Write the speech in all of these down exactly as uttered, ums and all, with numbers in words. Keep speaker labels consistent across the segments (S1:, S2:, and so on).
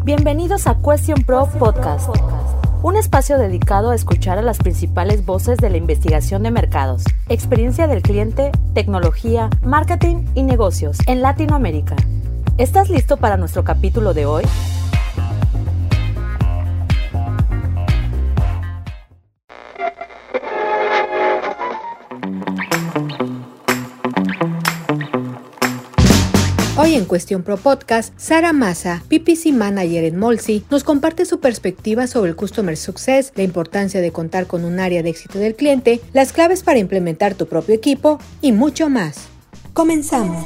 S1: Bienvenidos a Question Pro Podcast, un espacio dedicado a escuchar a las principales voces de la investigación de mercados, experiencia del cliente, tecnología, marketing y negocios en Latinoamérica. ¿Estás listo para nuestro capítulo de hoy?
S2: Hoy en Question Pro Podcast, Sara Maza, P P C Manager en Molsy, nos comparte su perspectiva sobre el Customer Success, la importancia de contar con un área de éxito del cliente, las claves para implementar tu propio equipo y mucho más. ¡Comenzamos!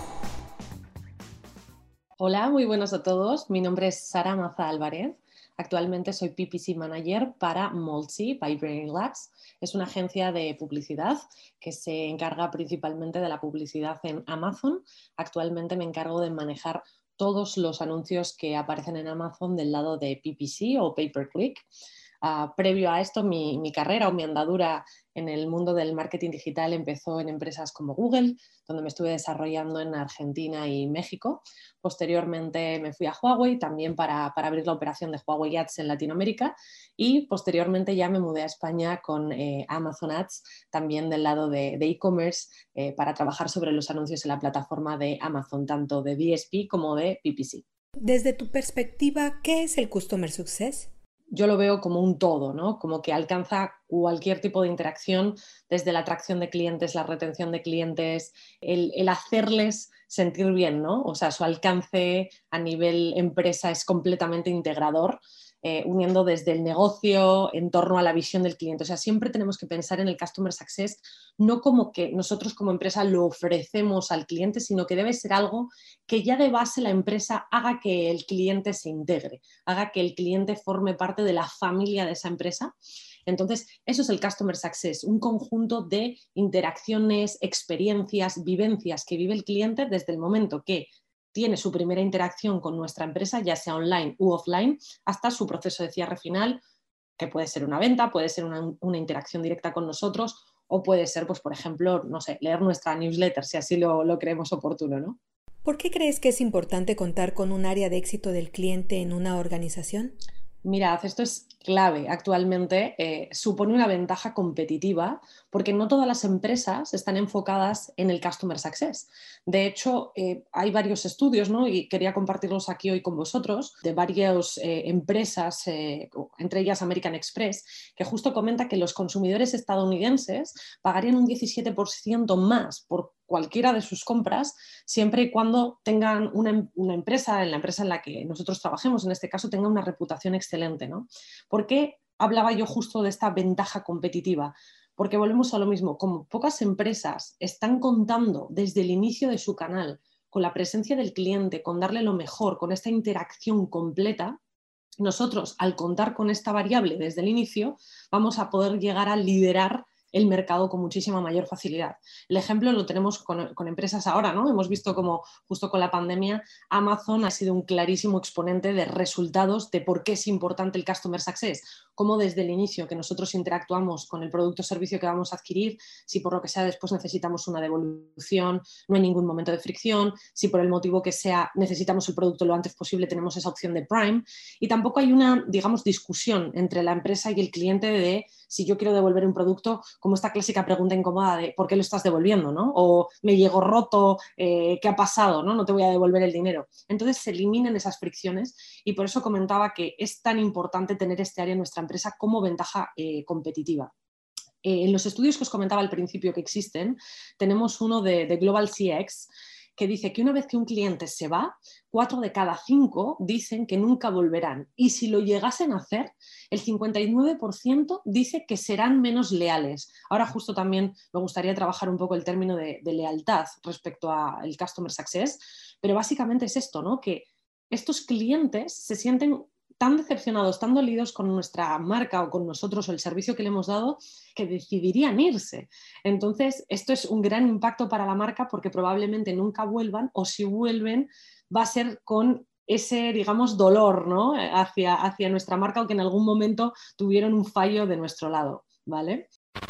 S3: Hola, muy buenos a todos. Mi nombre es Sara Maza Álvarez. Actualmente soy P P C Manager para Molsy by Brain Labs. Es una agencia de publicidad que se encarga principalmente de la publicidad en Amazon. Actualmente me encargo de manejar todos los anuncios que aparecen en Amazon del lado de P P C o Pay Per Click. Uh, previo a esto, mi, mi carrera o mi andadura en el mundo del marketing digital empezó en empresas como Google, donde me estuve desarrollando en Argentina y México. Posteriormente me fui a Huawei, también para, para abrir la operación de Huawei Ads en Latinoamérica, y posteriormente ya me mudé a España con eh, Amazon Ads, también del lado de, de e-commerce, eh, para trabajar sobre los anuncios en la plataforma de Amazon, tanto de D S P como de P P C.
S2: Desde tu perspectiva, ¿qué es el Customer Success?
S3: Yo lo veo como un todo, ¿no? Como que alcanza cualquier tipo de interacción, desde la atracción de clientes, la retención de clientes, el, el hacerles sentir bien, ¿no? O sea, su alcance a nivel empresa es completamente integrador, eh, uniendo desde el negocio en torno a la visión del cliente. O sea, siempre tenemos que pensar en el Customer Success no como que nosotros como empresa lo ofrecemos al cliente, sino que debe ser algo que ya de base la empresa haga que el cliente se integre, haga que el cliente forme parte de la familia de esa empresa. Entonces, eso es el Customer Success, un conjunto de interacciones, experiencias, vivencias que vive el cliente desde el momento que tiene su primera interacción con nuestra empresa, ya sea online u offline, hasta su proceso de cierre final, que puede ser una venta, puede ser una, una interacción directa con nosotros, o puede ser, pues, por ejemplo, no sé, leer nuestra newsletter, si así lo, lo creemos oportuno, ¿no?
S2: ¿Por qué crees que es importante contar con un área de éxito del cliente en una organización?
S3: Mirad, esto es clave actualmente, eh, supone una ventaja competitiva porque no todas las empresas están enfocadas en el Customer Success. De hecho, eh, hay varios estudios, ¿no? Y quería compartirlos aquí hoy con vosotros, de varias eh, empresas, eh, entre ellas American Express, que justo comenta que los consumidores estadounidenses pagarían un diecisiete por ciento más por cualquiera de sus compras, siempre y cuando tengan una, una empresa, en la empresa en la que nosotros trabajemos, en este caso, tenga una reputación excelente, ¿no? ¿Por qué hablaba yo justo de esta ventaja competitiva? Porque volvemos a lo mismo, como pocas empresas están contando desde el inicio de su canal con la presencia del cliente, con darle lo mejor, con esta interacción completa, nosotros, al contar con esta variable desde el inicio, vamos a poder llegar a liderar el mercado con muchísima mayor facilidad. El ejemplo lo tenemos con, con empresas ahora, ¿no? Hemos visto como justo con la pandemia Amazon ha sido un clarísimo exponente de resultados de por qué es importante el Customer Success, cómo desde el inicio que nosotros interactuamos con el producto o servicio que vamos a adquirir, si por lo que sea después necesitamos una devolución, no hay ningún momento de fricción, si por el motivo que sea necesitamos el producto lo antes posible, tenemos esa opción de Prime, y tampoco hay una, digamos, discusión entre la empresa y el cliente de si yo quiero devolver un producto, como esta clásica pregunta incómoda de ¿por qué lo estás devolviendo? ¿No? O me llegó roto, eh, ¿qué ha pasado? ¿No? No te voy a devolver el dinero. Entonces se eliminan esas fricciones y por eso comentaba que es tan importante tener este área en nuestra empresa como ventaja eh, competitiva. Eh, en los estudios que os comentaba al principio que existen, tenemos uno de, de Global C X que dice que una vez que un cliente se va, cuatro de cada cinco dicen que nunca volverán. Y si lo llegasen a hacer, el cincuenta y nueve por ciento dice que serán menos leales. Ahora justo también me gustaría trabajar un poco el término de, de lealtad respecto al Customer Success, pero básicamente es esto, ¿no? Que estos clientes se sienten tan decepcionados, tan dolidos con nuestra marca o con nosotros o el servicio que le hemos dado, que decidirían irse. Entonces, esto es un gran impacto para la marca porque probablemente nunca vuelvan, o si vuelven va a ser con ese, digamos, dolor, ¿no? hacia, hacia nuestra marca, o que en algún momento tuvieron un fallo de nuestro lado, ¿vale?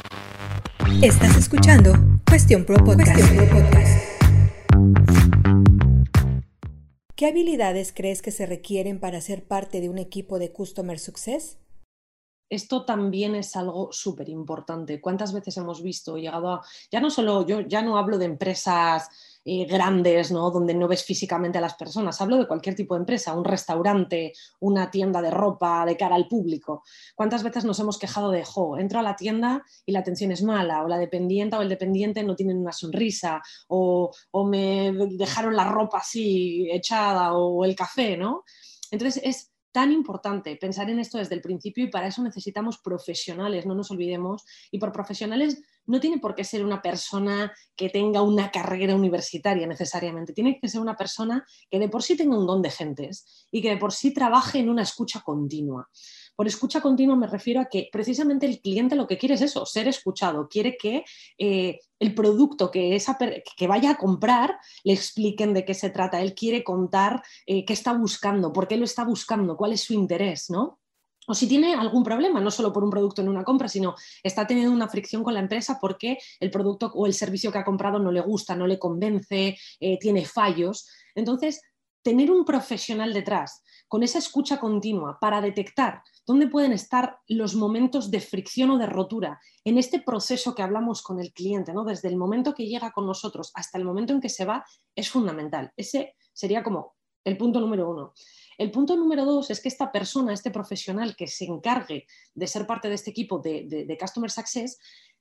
S2: Estás escuchando Question Pro Podcast. Question Pro Podcast. ¿Qué habilidades crees que se requieren para ser parte de un equipo de Customer Success?
S3: Esto también es algo súper importante. ¿Cuántas veces hemos visto, llegado a, ya no solo, yo ya no hablo de empresas eh, grandes, ¿no? Donde no ves físicamente a las personas, hablo de cualquier tipo de empresa, un restaurante, una tienda de ropa de cara al público. ¿Cuántas veces nos hemos quejado de, jo, entro a la tienda y la atención es mala, o la dependienta o el dependiente no tienen una sonrisa, o, o me dejaron la ropa así echada, o el café, ¿no? Entonces es tan importante pensar en esto desde el principio y para eso necesitamos profesionales, no nos olvidemos. Y por profesionales no tiene por qué ser una persona que tenga una carrera universitaria necesariamente, tiene que ser una persona que de por sí tenga un don de gentes y que de por sí trabaje en una escucha continua. Por escucha continua me refiero a que precisamente el cliente lo que quiere es eso, ser escuchado, quiere que eh, el producto que, esa que vaya a comprar le expliquen de qué se trata, él quiere contar eh, qué está buscando, por qué lo está buscando, cuál es su interés, ¿no? O si tiene algún problema, no solo por un producto en una compra, sino está teniendo una fricción con la empresa porque el producto o el servicio que ha comprado no le gusta, no le convence, eh, tiene fallos. Entonces, tener un profesional detrás con esa escucha continua para detectar dónde pueden estar los momentos de fricción o de rotura en este proceso que hablamos con el cliente, ¿no? Desde el momento que llega con nosotros hasta el momento en que se va, es fundamental. Ese sería como el punto número uno. El punto número dos es que esta persona, este profesional que se encargue de ser parte de este equipo de, de, de Customer Success,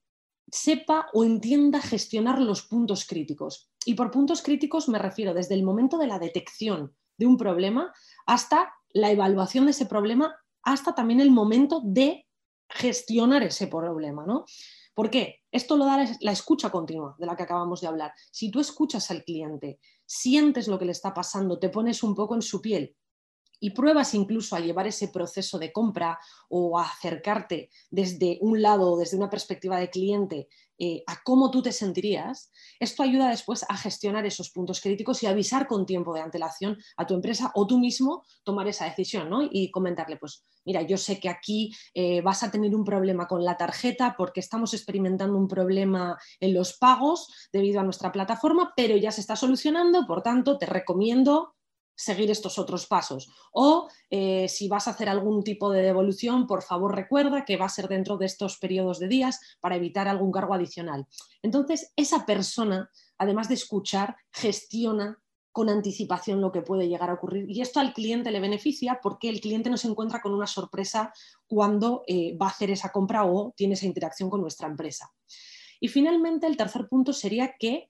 S3: sepa o entienda gestionar los puntos críticos. Y por puntos críticos me refiero desde el momento de la detección de un problema hasta la evaluación de ese problema, hasta también el momento de gestionar ese problema, ¿no? ¿Por qué? Esto lo da la escucha continua de la que acabamos de hablar. Si tú escuchas al cliente, sientes lo que le está pasando, te pones un poco en su piel y pruebas incluso a llevar ese proceso de compra o a acercarte desde un lado, desde una perspectiva de cliente, eh, a cómo tú te sentirías, esto ayuda después a gestionar esos puntos críticos y avisar con tiempo de antelación a tu empresa o tú mismo tomar esa decisión, ¿no? Y comentarle, pues, mira, yo sé que aquí eh, vas a tener un problema con la tarjeta porque estamos experimentando un problema en los pagos debido a nuestra plataforma, pero ya se está solucionando, por tanto, te recomiendo seguir estos otros pasos. O eh, si vas a hacer algún tipo de devolución, por favor recuerda que va a ser dentro de estos periodos de días para evitar algún cargo adicional. Entonces, esa persona, además de escuchar, gestiona con anticipación lo que puede llegar a ocurrir y esto al cliente le beneficia porque el cliente no se encuentra con una sorpresa cuando eh, va a hacer esa compra o tiene esa interacción con nuestra empresa. Y finalmente, el tercer punto sería que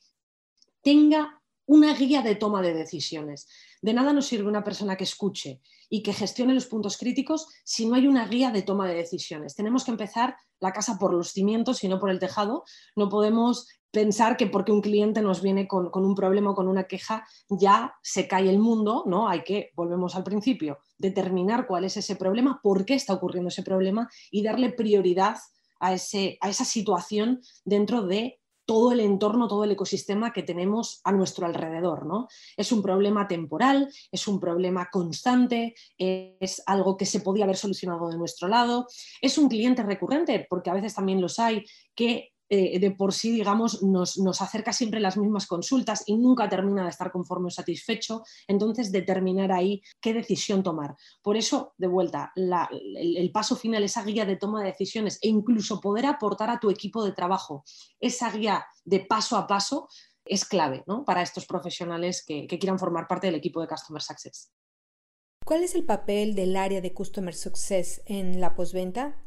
S3: tenga una guía de toma de decisiones. De nada nos sirve una persona que escuche y que gestione los puntos críticos si no hay una guía de toma de decisiones. Tenemos que empezar la casa por los cimientos y no por el tejado. No podemos pensar que porque un cliente nos viene con, con un problema o con una queja ya se cae el mundo, ¿no? Hay que, volvemos al principio, determinar cuál es ese problema, por qué está ocurriendo ese problema y darle prioridad a, ese, a esa situación dentro de todo el entorno, todo el ecosistema que tenemos a nuestro alrededor, ¿no? Es un problema temporal, es un problema constante, es algo que se podía haber solucionado de nuestro lado, es un cliente recurrente, porque a veces también los hay que eh, de por sí, digamos, nos, nos acerca siempre las mismas consultas y nunca termina de estar conforme o satisfecho, entonces determinar ahí qué decisión tomar. Por eso, de vuelta, la, el, el paso final, esa guía de toma de decisiones e incluso poder aportar a tu equipo de trabajo esa guía de paso a paso es clave, ¿no? Para estos profesionales que, que quieran formar parte del equipo de Customer Success.
S2: ¿Cuál es el papel del área de Customer Success en la postventa?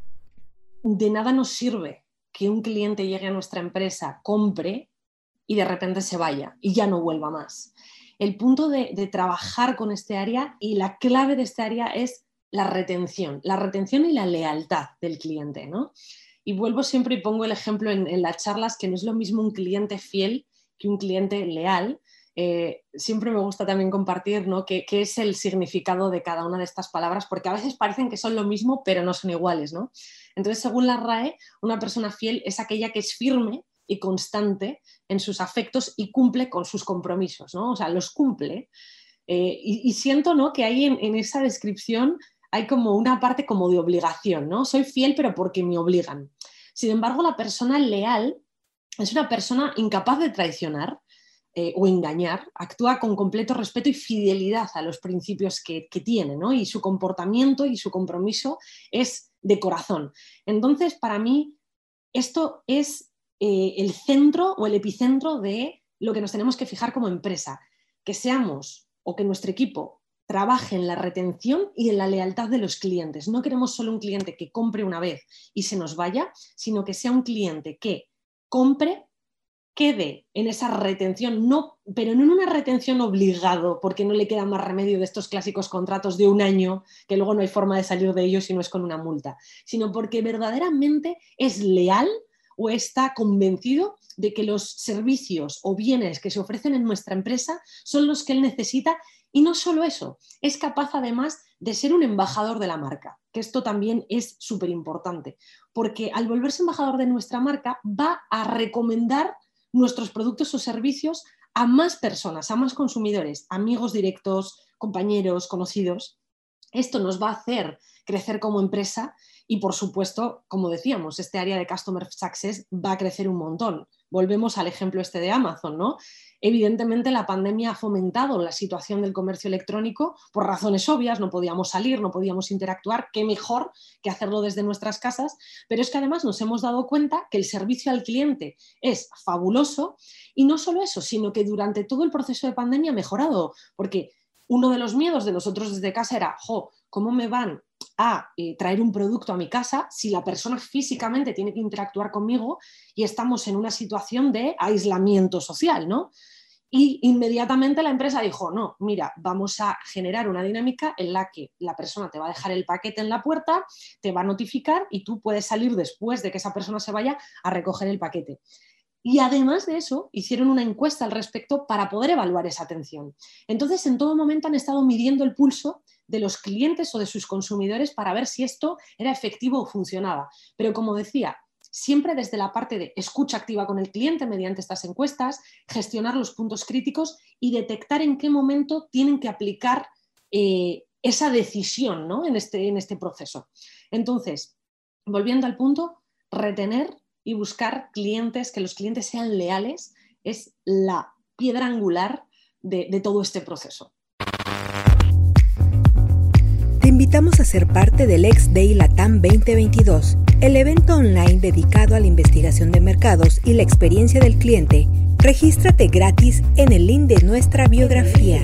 S3: De nada nos sirve que un cliente llegue a nuestra empresa, compre y de repente se vaya y ya no vuelva más. El punto de, de trabajar con este área y la clave de este área es la retención, la retención y la lealtad del cliente, ¿no? Y vuelvo siempre y pongo el ejemplo en, en las charlas que no es lo mismo un cliente fiel que un cliente leal. Eh, siempre me gusta también compartir, ¿no? qué, qué es el significado de cada una de estas palabras, porque a veces parecen que son lo mismo, pero no son iguales, ¿no? Entonces, según la R A E, una persona fiel es aquella que es firme y constante en sus afectos y cumple con sus compromisos, ¿no? O sea, los cumple. Eh, y, y siento, ¿no? que ahí en, en esa descripción hay como una parte como de obligación, ¿no? Soy fiel, pero porque me obligan. Sin embargo, la persona leal es una persona incapaz de traicionar, eh, o engañar, actúa con completo respeto y fidelidad a los principios que, que tiene, ¿no? Y su comportamiento y su compromiso es de corazón. Entonces, para mí, esto es eh, el centro o el epicentro de lo que nos tenemos que fijar como empresa, que seamos o que nuestro equipo trabaje en la retención y en la lealtad de los clientes. No queremos solo un cliente que compre una vez y se nos vaya, sino que sea un cliente que compre, quede en esa retención, no, pero no en una retención obligado, porque no le queda más remedio de estos clásicos contratos de un año, que luego no hay forma de salir de ellos si no es con una multa, sino porque verdaderamente es leal o está convencido de que los servicios o bienes que se ofrecen en nuestra empresa son los que él necesita. Y no solo eso, es capaz además de ser un embajador de la marca, que esto también es súper importante, porque al volverse embajador de nuestra marca va a recomendar nuestros productos o servicios a más personas, a más consumidores, amigos directos, compañeros, conocidos. Esto nos va a hacer crecer como empresa y, por supuesto, como decíamos, este área de Customer Success va a crecer un montón. Volvemos al ejemplo este de Amazon, ¿no? Evidentemente la pandemia ha fomentado la situación del comercio electrónico por razones obvias, no podíamos salir, no podíamos interactuar, qué mejor que hacerlo desde nuestras casas, pero es que además nos hemos dado cuenta que el servicio al cliente es fabuloso y no solo eso, sino que durante todo el proceso de pandemia ha mejorado, porque uno de los miedos de nosotros desde casa era, jo, ¿cómo me van a eh, traer un producto a mi casa si la persona físicamente tiene que interactuar conmigo y estamos en una situación de aislamiento social, ¿no? Y inmediatamente la empresa dijo, no, mira, vamos a generar una dinámica en la que la persona te va a dejar el paquete en la puerta, te va a notificar y tú puedes salir después de que esa persona se vaya a recoger el paquete. Y además de eso, hicieron una encuesta al respecto para poder evaluar esa atención. Entonces, en todo momento han estado midiendo el pulso de los clientes o de sus consumidores para ver si esto era efectivo o funcionaba. Pero como decía, siempre desde la parte de escucha activa con el cliente mediante estas encuestas, gestionar los puntos críticos y detectar en qué momento tienen que aplicar eh, esa decisión, ¿no? en, este, en este proceso. Entonces, volviendo al punto, retener y buscar clientes, que los clientes sean leales, es la piedra angular de, de todo este proceso.
S2: Te invitamos a ser parte del X-Day Latam veinte veintidós, el evento online dedicado a la investigación de mercados y la experiencia del cliente. Regístrate gratis en el link de nuestra biografía.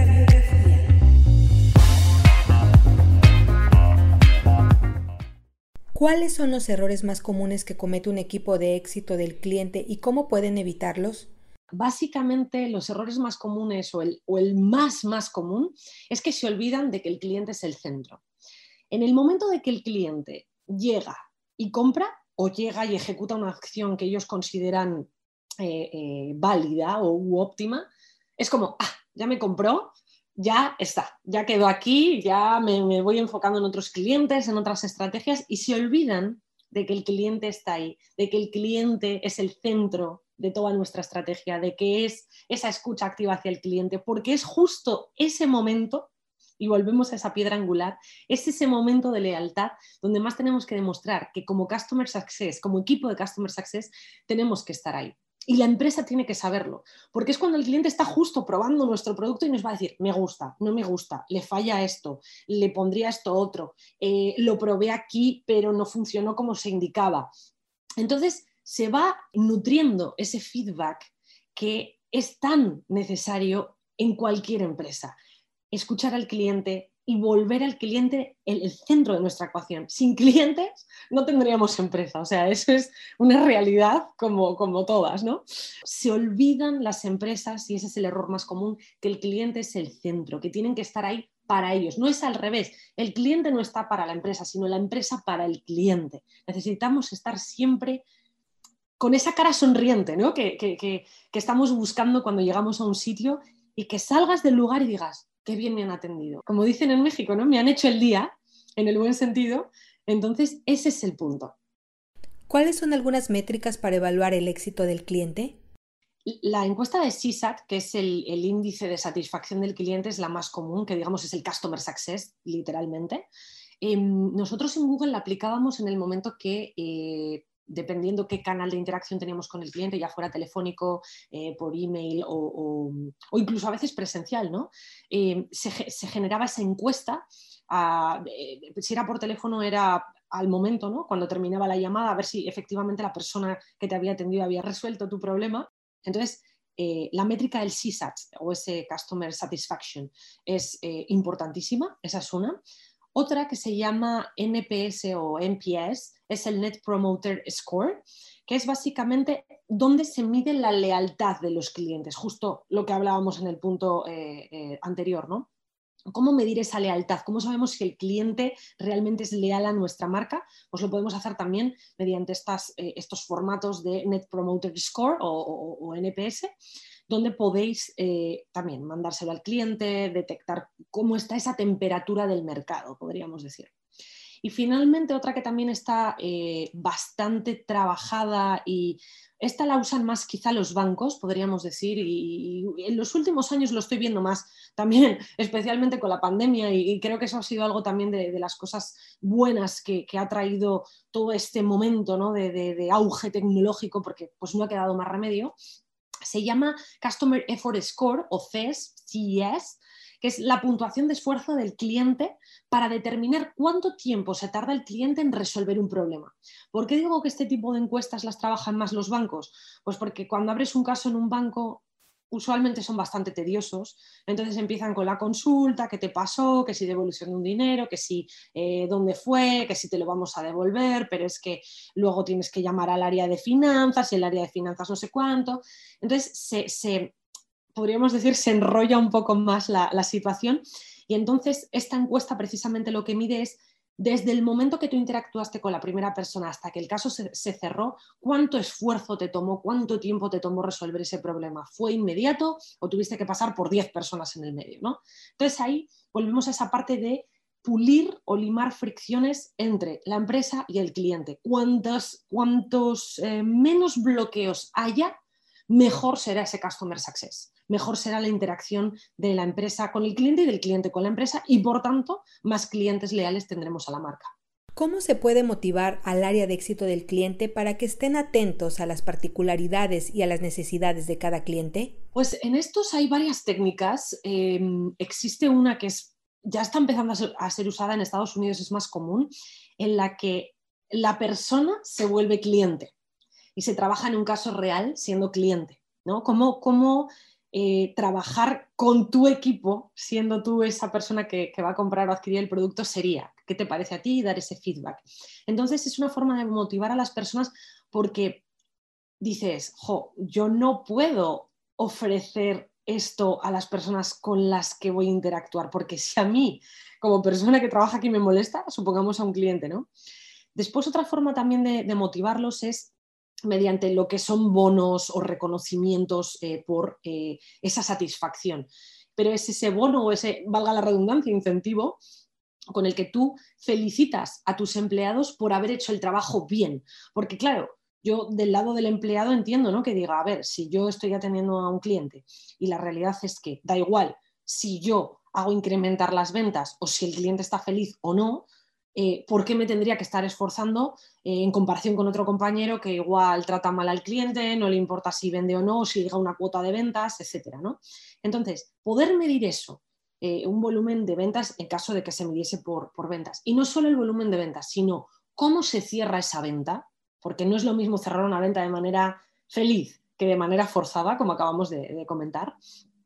S2: ¿Cuáles son los errores más comunes que comete un equipo de éxito del cliente y cómo pueden evitarlos?
S3: Básicamente, los errores más comunes o el, o el más, más común es que se olvidan de que el cliente es el centro. En el momento de que el cliente llega y compra o llega y ejecuta una acción que ellos consideran eh, eh, válida o u óptima, es como, ah, ya me compró, ya está, ya quedó aquí, ya me, me voy enfocando en otros clientes, en otras estrategias y se olvidan de que el cliente está ahí, de que el cliente es el centro de toda nuestra estrategia, de que es esa escucha activa hacia el cliente, porque es justo ese momento, y volvemos a esa piedra angular, es ese momento de lealtad donde más tenemos que demostrar que como Customer Success, como equipo de Customer Success, tenemos que estar ahí. Y la empresa tiene que saberlo, porque es cuando el cliente está justo probando nuestro producto y nos va a decir, me gusta, no me gusta, le falla esto, le pondría esto otro, eh, lo probé aquí pero no funcionó como se indicaba. Entonces se va nutriendo ese feedback que es tan necesario en cualquier empresa. Escuchar al cliente y volver al cliente el, el centro de nuestra ecuación. Sin clientes no tendríamos empresa, o sea, eso es una realidad como, como todas, ¿no? Se olvidan las empresas, y ese es el error más común, que el cliente es el centro, que tienen que estar ahí para ellos. No es al revés, el cliente no está para la empresa, sino la empresa para el cliente. Necesitamos estar siempre con esa cara sonriente, ¿no? que, que, que, que estamos buscando cuando llegamos a un sitio y que salgas del lugar y digas, qué bien me han atendido. Como dicen en México, ¿no? Me han hecho el día, en el buen sentido. Entonces, ese es el punto.
S2: ¿Cuáles son algunas métricas para evaluar el éxito del cliente?
S3: La encuesta de C SAT, que es el, el índice de satisfacción del cliente, es la más común, que digamos es el Customer Success, literalmente. Eh, nosotros en Google la aplicábamos en el momento que eh, dependiendo qué canal de interacción teníamos con el cliente, ya fuera telefónico, eh, por email o, o, o incluso a veces presencial, ¿no? Eh, se, se generaba esa encuesta, a, eh, si era por teléfono era al momento, ¿no? Cuando terminaba la llamada, a ver si efectivamente la persona que te había atendido había resuelto tu problema. Entonces, eh, la métrica del C SAT o ese Customer Satisfaction es eh, importantísima, esa es una. Otra que se llama N P S o N P S es el Net Promoter Score, que es básicamente donde se mide la lealtad de los clientes, justo lo que hablábamos en el punto eh, eh, anterior, ¿no? ¿Cómo medir esa lealtad? ¿Cómo sabemos si el cliente realmente es leal a nuestra marca? Pues lo podemos hacer también mediante estas, eh, estos formatos de Net Promoter Score o, o, o N P S, donde podéis eh, también mandárselo al cliente, detectar cómo está esa temperatura del mercado, podríamos decir. Y finalmente otra que también está eh, bastante trabajada y esta la usan más quizá los bancos, podríamos decir, y, y en los últimos años lo estoy viendo más también, especialmente con la pandemia, y, y creo que eso ha sido algo también de, de las cosas buenas que, que ha traído todo este momento, ¿no? de, de, de auge tecnológico, porque pues no ha quedado más remedio. Se llama Customer Effort Score o C E S, C E S, que es la puntuación de esfuerzo del cliente para determinar cuánto tiempo se tarda el cliente en resolver un problema. ¿Por qué digo que este tipo de encuestas las trabajan más los bancos? Pues porque cuando abres un caso en un banco, usualmente son bastante tediosos, entonces empiezan con la consulta, qué te pasó, que si devolución de un dinero, que si eh, dónde fue, que si te lo vamos a devolver, pero es que luego tienes que llamar al área de finanzas y el área de finanzas no sé cuánto. Entonces se... se podríamos decir, se enrolla un poco más la, la situación y entonces esta encuesta precisamente lo que mide es desde el momento que tú interactuaste con la primera persona hasta que el caso se, se cerró, cuánto esfuerzo te tomó, cuánto tiempo te tomó resolver ese problema. ¿Fue inmediato o tuviste que pasar por diez personas en el medio, ¿no? Entonces ahí volvemos a esa parte de pulir o limar fricciones entre la empresa y el cliente. Cuantos, cuantos eh, menos bloqueos haya, mejor será ese Customer Success. Mejor será la interacción de la empresa con el cliente y del cliente con la empresa y, por tanto, más clientes leales tendremos a la marca.
S2: ¿Cómo se puede motivar al área de éxito del cliente para que estén atentos a las particularidades y a las necesidades de cada cliente?
S3: Pues en estos hay varias técnicas. Eh, existe una que es, ya está empezando a ser, a ser usada en Estados Unidos, es más común, en la que la persona se vuelve cliente y se trabaja en un caso real siendo cliente, ¿no? ¿Cómo, cómo eh, trabajar con tu equipo siendo tú esa persona que, que va a comprar o adquirir el producto sería? ¿Qué te parece a ti? Y dar ese feedback. Entonces es una forma de motivar a las personas porque dices, jo, yo no puedo ofrecer esto a las personas con las que voy a interactuar, porque si a mí, como persona que trabaja aquí, me molesta, supongamos a un cliente, ¿no? Después otra forma también de, de motivarlos es mediante lo que son bonos o reconocimientos eh, por eh, esa satisfacción. Pero es ese bono o ese, valga la redundancia, incentivo con el que tú felicitas a tus empleados por haber hecho el trabajo bien. Porque claro, yo del lado del empleado entiendo, ¿no? Que diga, a ver, si yo estoy atendiendo a un cliente y la realidad es que da igual si yo hago incrementar las ventas o si el cliente está feliz o no, Eh, ¿por qué me tendría que estar esforzando eh, en comparación con otro compañero que igual trata mal al cliente, no le importa si vende o no, si llega una cuota de ventas, etcétera, ¿no? Entonces, poder medir eso, eh, un volumen de ventas en caso de que se midiese por, por ventas. Y no solo el volumen de ventas, sino cómo se cierra esa venta, porque no es lo mismo cerrar una venta de manera feliz que de manera forzada, como acabamos de, de comentar.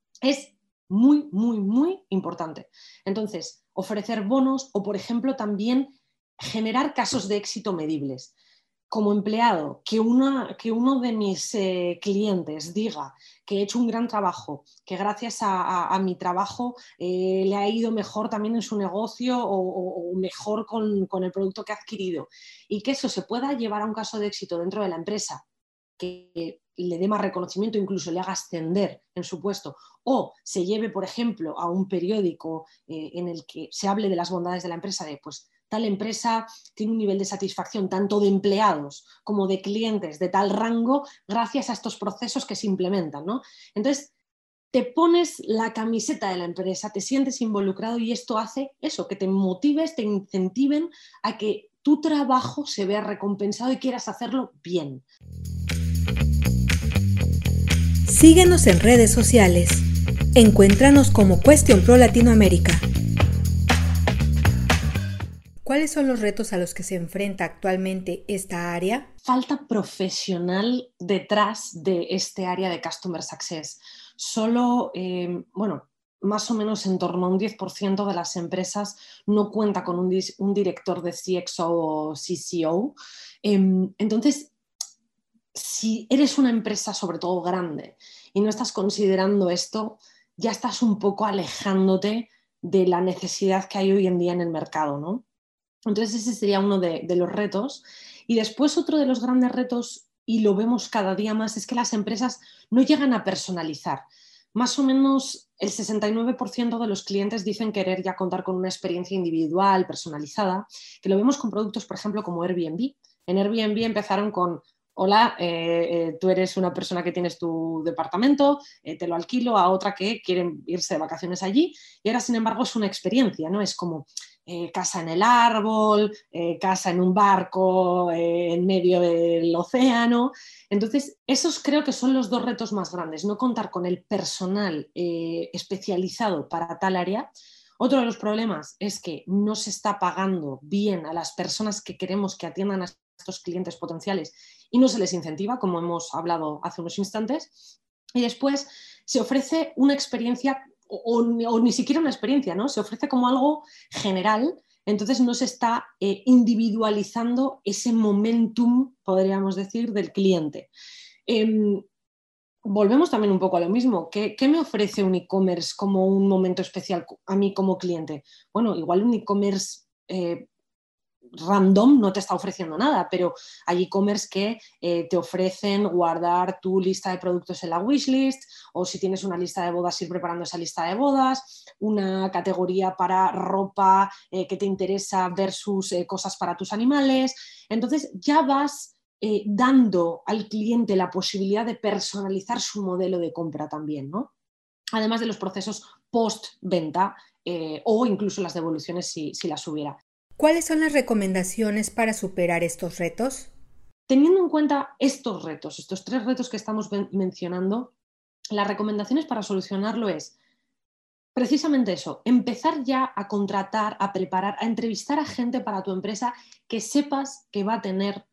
S3: Es muy, muy, muy importante. Entonces, ofrecer bonos o, por ejemplo, también generar casos de éxito medibles. Como empleado, que, una, que uno de mis eh, clientes diga que he hecho un gran trabajo, que gracias a, a, a mi trabajo eh, le ha ido mejor también en su negocio o, o, o mejor con, con el producto que ha adquirido y que eso se pueda llevar a un caso de éxito dentro de la empresa, que le dé más reconocimiento, incluso le haga ascender en su puesto, o se lleve, por ejemplo, a un periódico eh, en el que se hable de las bondades de la empresa, de pues tal empresa tiene un nivel de satisfacción tanto de empleados como de clientes de tal rango gracias a estos procesos que se implementan, ¿no? Entonces, te pones la camiseta de la empresa, te sientes involucrado y esto hace eso, que te motives, te incentiven a que tu trabajo se vea recompensado y quieras hacerlo bien.
S2: Síguenos en redes sociales. Encuéntranos como Question Pro Latinoamérica. ¿Cuáles son los retos a los que se enfrenta actualmente esta área?
S3: Falta profesional detrás de este área de Customer Success. Solo, eh, bueno, más o menos en torno a un diez por ciento de las empresas no cuenta con un, un director de C X O o C C O. Eh, entonces, si eres una empresa sobre todo grande y no estás considerando esto, ya estás un poco alejándote de la necesidad que hay hoy en día en el mercado, ¿no? Entonces ese sería uno de, de los retos. Y después otro de los grandes retos, y lo vemos cada día más, es que las empresas no llegan a personalizar. Más o menos el sesenta y nueve por ciento de los clientes dicen querer ya contar con una experiencia individual, personalizada, que lo vemos con productos, por ejemplo, como Airbnb. En Airbnb empezaron con: hola, eh, eh, tú eres una persona que tienes tu departamento, eh, te lo alquilo a otra que quiere irse de vacaciones allí, y ahora, sin embargo, es una experiencia, ¿no? Es como eh, casa en el árbol, eh, casa en un barco, eh, en medio del océano. Entonces, esos creo que son los dos retos más grandes, no contar con el personal eh, especializado para tal área. Otro de los problemas es que no se está pagando bien a las personas que queremos que atiendan a estos clientes potenciales y no se les incentiva, como hemos hablado hace unos instantes. Y después se ofrece una experiencia o, o, o ni siquiera una experiencia, ¿no? Se ofrece como algo general, entonces no se está eh, individualizando ese momentum, podríamos decir, del cliente. Eh, volvemos también un poco a lo mismo. ¿Qué, qué me ofrece un e-commerce como un momento especial a mí como cliente? Bueno, igual un e-commerce eh, random no te está ofreciendo nada, pero hay e-commerce que eh, te ofrecen guardar tu lista de productos en la wishlist, o si tienes una lista de bodas, ir preparando esa lista de bodas, una categoría para ropa eh, que te interesa versus eh, cosas para tus animales. Entonces ya vas eh, dando al cliente la posibilidad de personalizar su modelo de compra también, ¿no? Además de los procesos post-venta eh, o incluso las devoluciones si, si las hubiera.
S2: ¿Cuáles son las recomendaciones para superar estos retos?
S3: Teniendo en cuenta estos retos, estos tres retos que estamos mencionando, las recomendaciones para solucionarlo es precisamente eso: empezar ya a contratar, a preparar, a entrevistar a gente para tu empresa que sepas que va a tener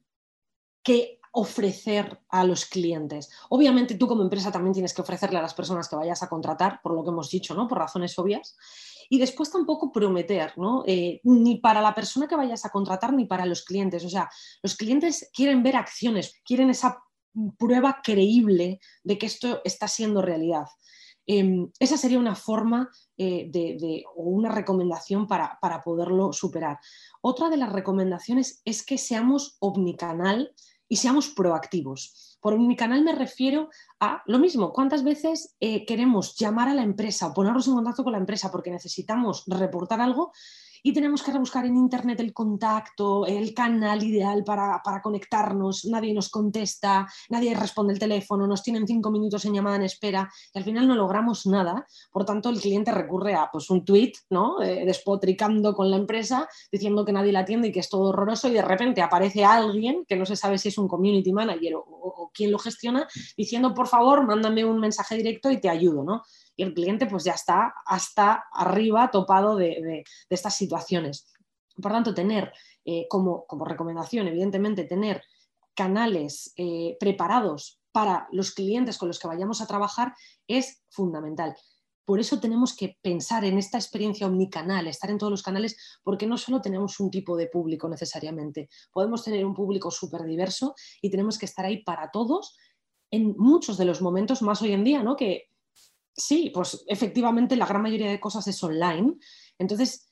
S3: que ofrecer a los clientes. Obviamente tú como empresa también tienes que ofrecerle a las personas que vayas a contratar, por lo que hemos dicho, ¿no? Por razones obvias. Y después tampoco prometer, ¿no? Eh, ni para la persona que vayas a contratar ni para los clientes. O sea, los clientes quieren ver acciones, quieren esa prueba creíble de que esto está siendo realidad. Eh, esa sería una forma eh, de, de, o una recomendación para, para poderlo superar. Otra de las recomendaciones es que seamos omnicanal y seamos proactivos. Por omnicanal me refiero a lo mismo. ¿Cuántas veces eh, queremos llamar a la empresa o ponernos en contacto con la empresa porque necesitamos reportar algo y tenemos que rebuscar en internet el contacto, el canal ideal para, para conectarnos? Nadie nos contesta, nadie responde el teléfono, nos tienen cinco minutos en llamada en espera y al final no logramos nada. Por tanto, el cliente recurre a pues, un tweet, ¿no? eh, despotricando con la empresa, diciendo que nadie la atiende y que es todo horroroso, y de repente aparece alguien que no se sabe si es un community manager o, o, o quién lo gestiona, diciendo: por favor, mándame un mensaje directo y te ayudo, ¿no? Y el cliente pues ya está hasta arriba topado de, de, de estas situaciones. Por tanto, tener eh, como, como recomendación, evidentemente, tener canales eh, preparados para los clientes con los que vayamos a trabajar es fundamental. Por eso tenemos que pensar en esta experiencia omnicanal, estar en todos los canales, porque no solo tenemos un tipo de público necesariamente, podemos tener un público súper diverso y tenemos que estar ahí para todos en muchos de los momentos, más hoy en día, ¿no? Que sí, pues efectivamente la gran mayoría de cosas es online. Entonces,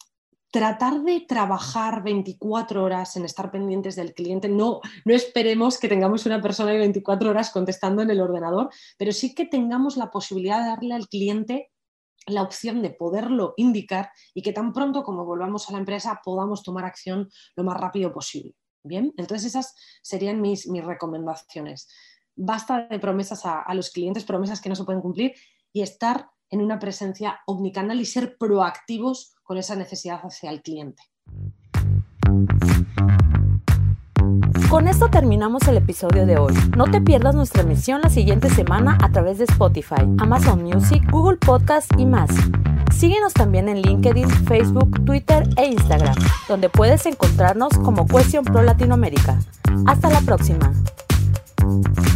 S3: tratar de trabajar veinticuatro horas en estar pendientes del cliente, no, no esperemos que tengamos una persona de veinticuatro horas contestando en el ordenador, pero sí que tengamos la posibilidad de darle al cliente la opción de poderlo indicar y que tan pronto como volvamos a la empresa podamos tomar acción lo más rápido posible. Bien, entonces esas serían mis, mis recomendaciones. Basta de promesas a, a los clientes, promesas que no se pueden cumplir, y estar en una presencia omnicanal y ser proactivos con esa necesidad hacia el cliente.
S1: Con esto terminamos el episodio de hoy. No te pierdas nuestra emisión la siguiente semana a través de Spotify, Amazon Music, Google Podcast y más. Síguenos también en LinkedIn, Facebook, Twitter e Instagram, donde puedes encontrarnos como Question Pro Latinoamérica. Hasta la próxima.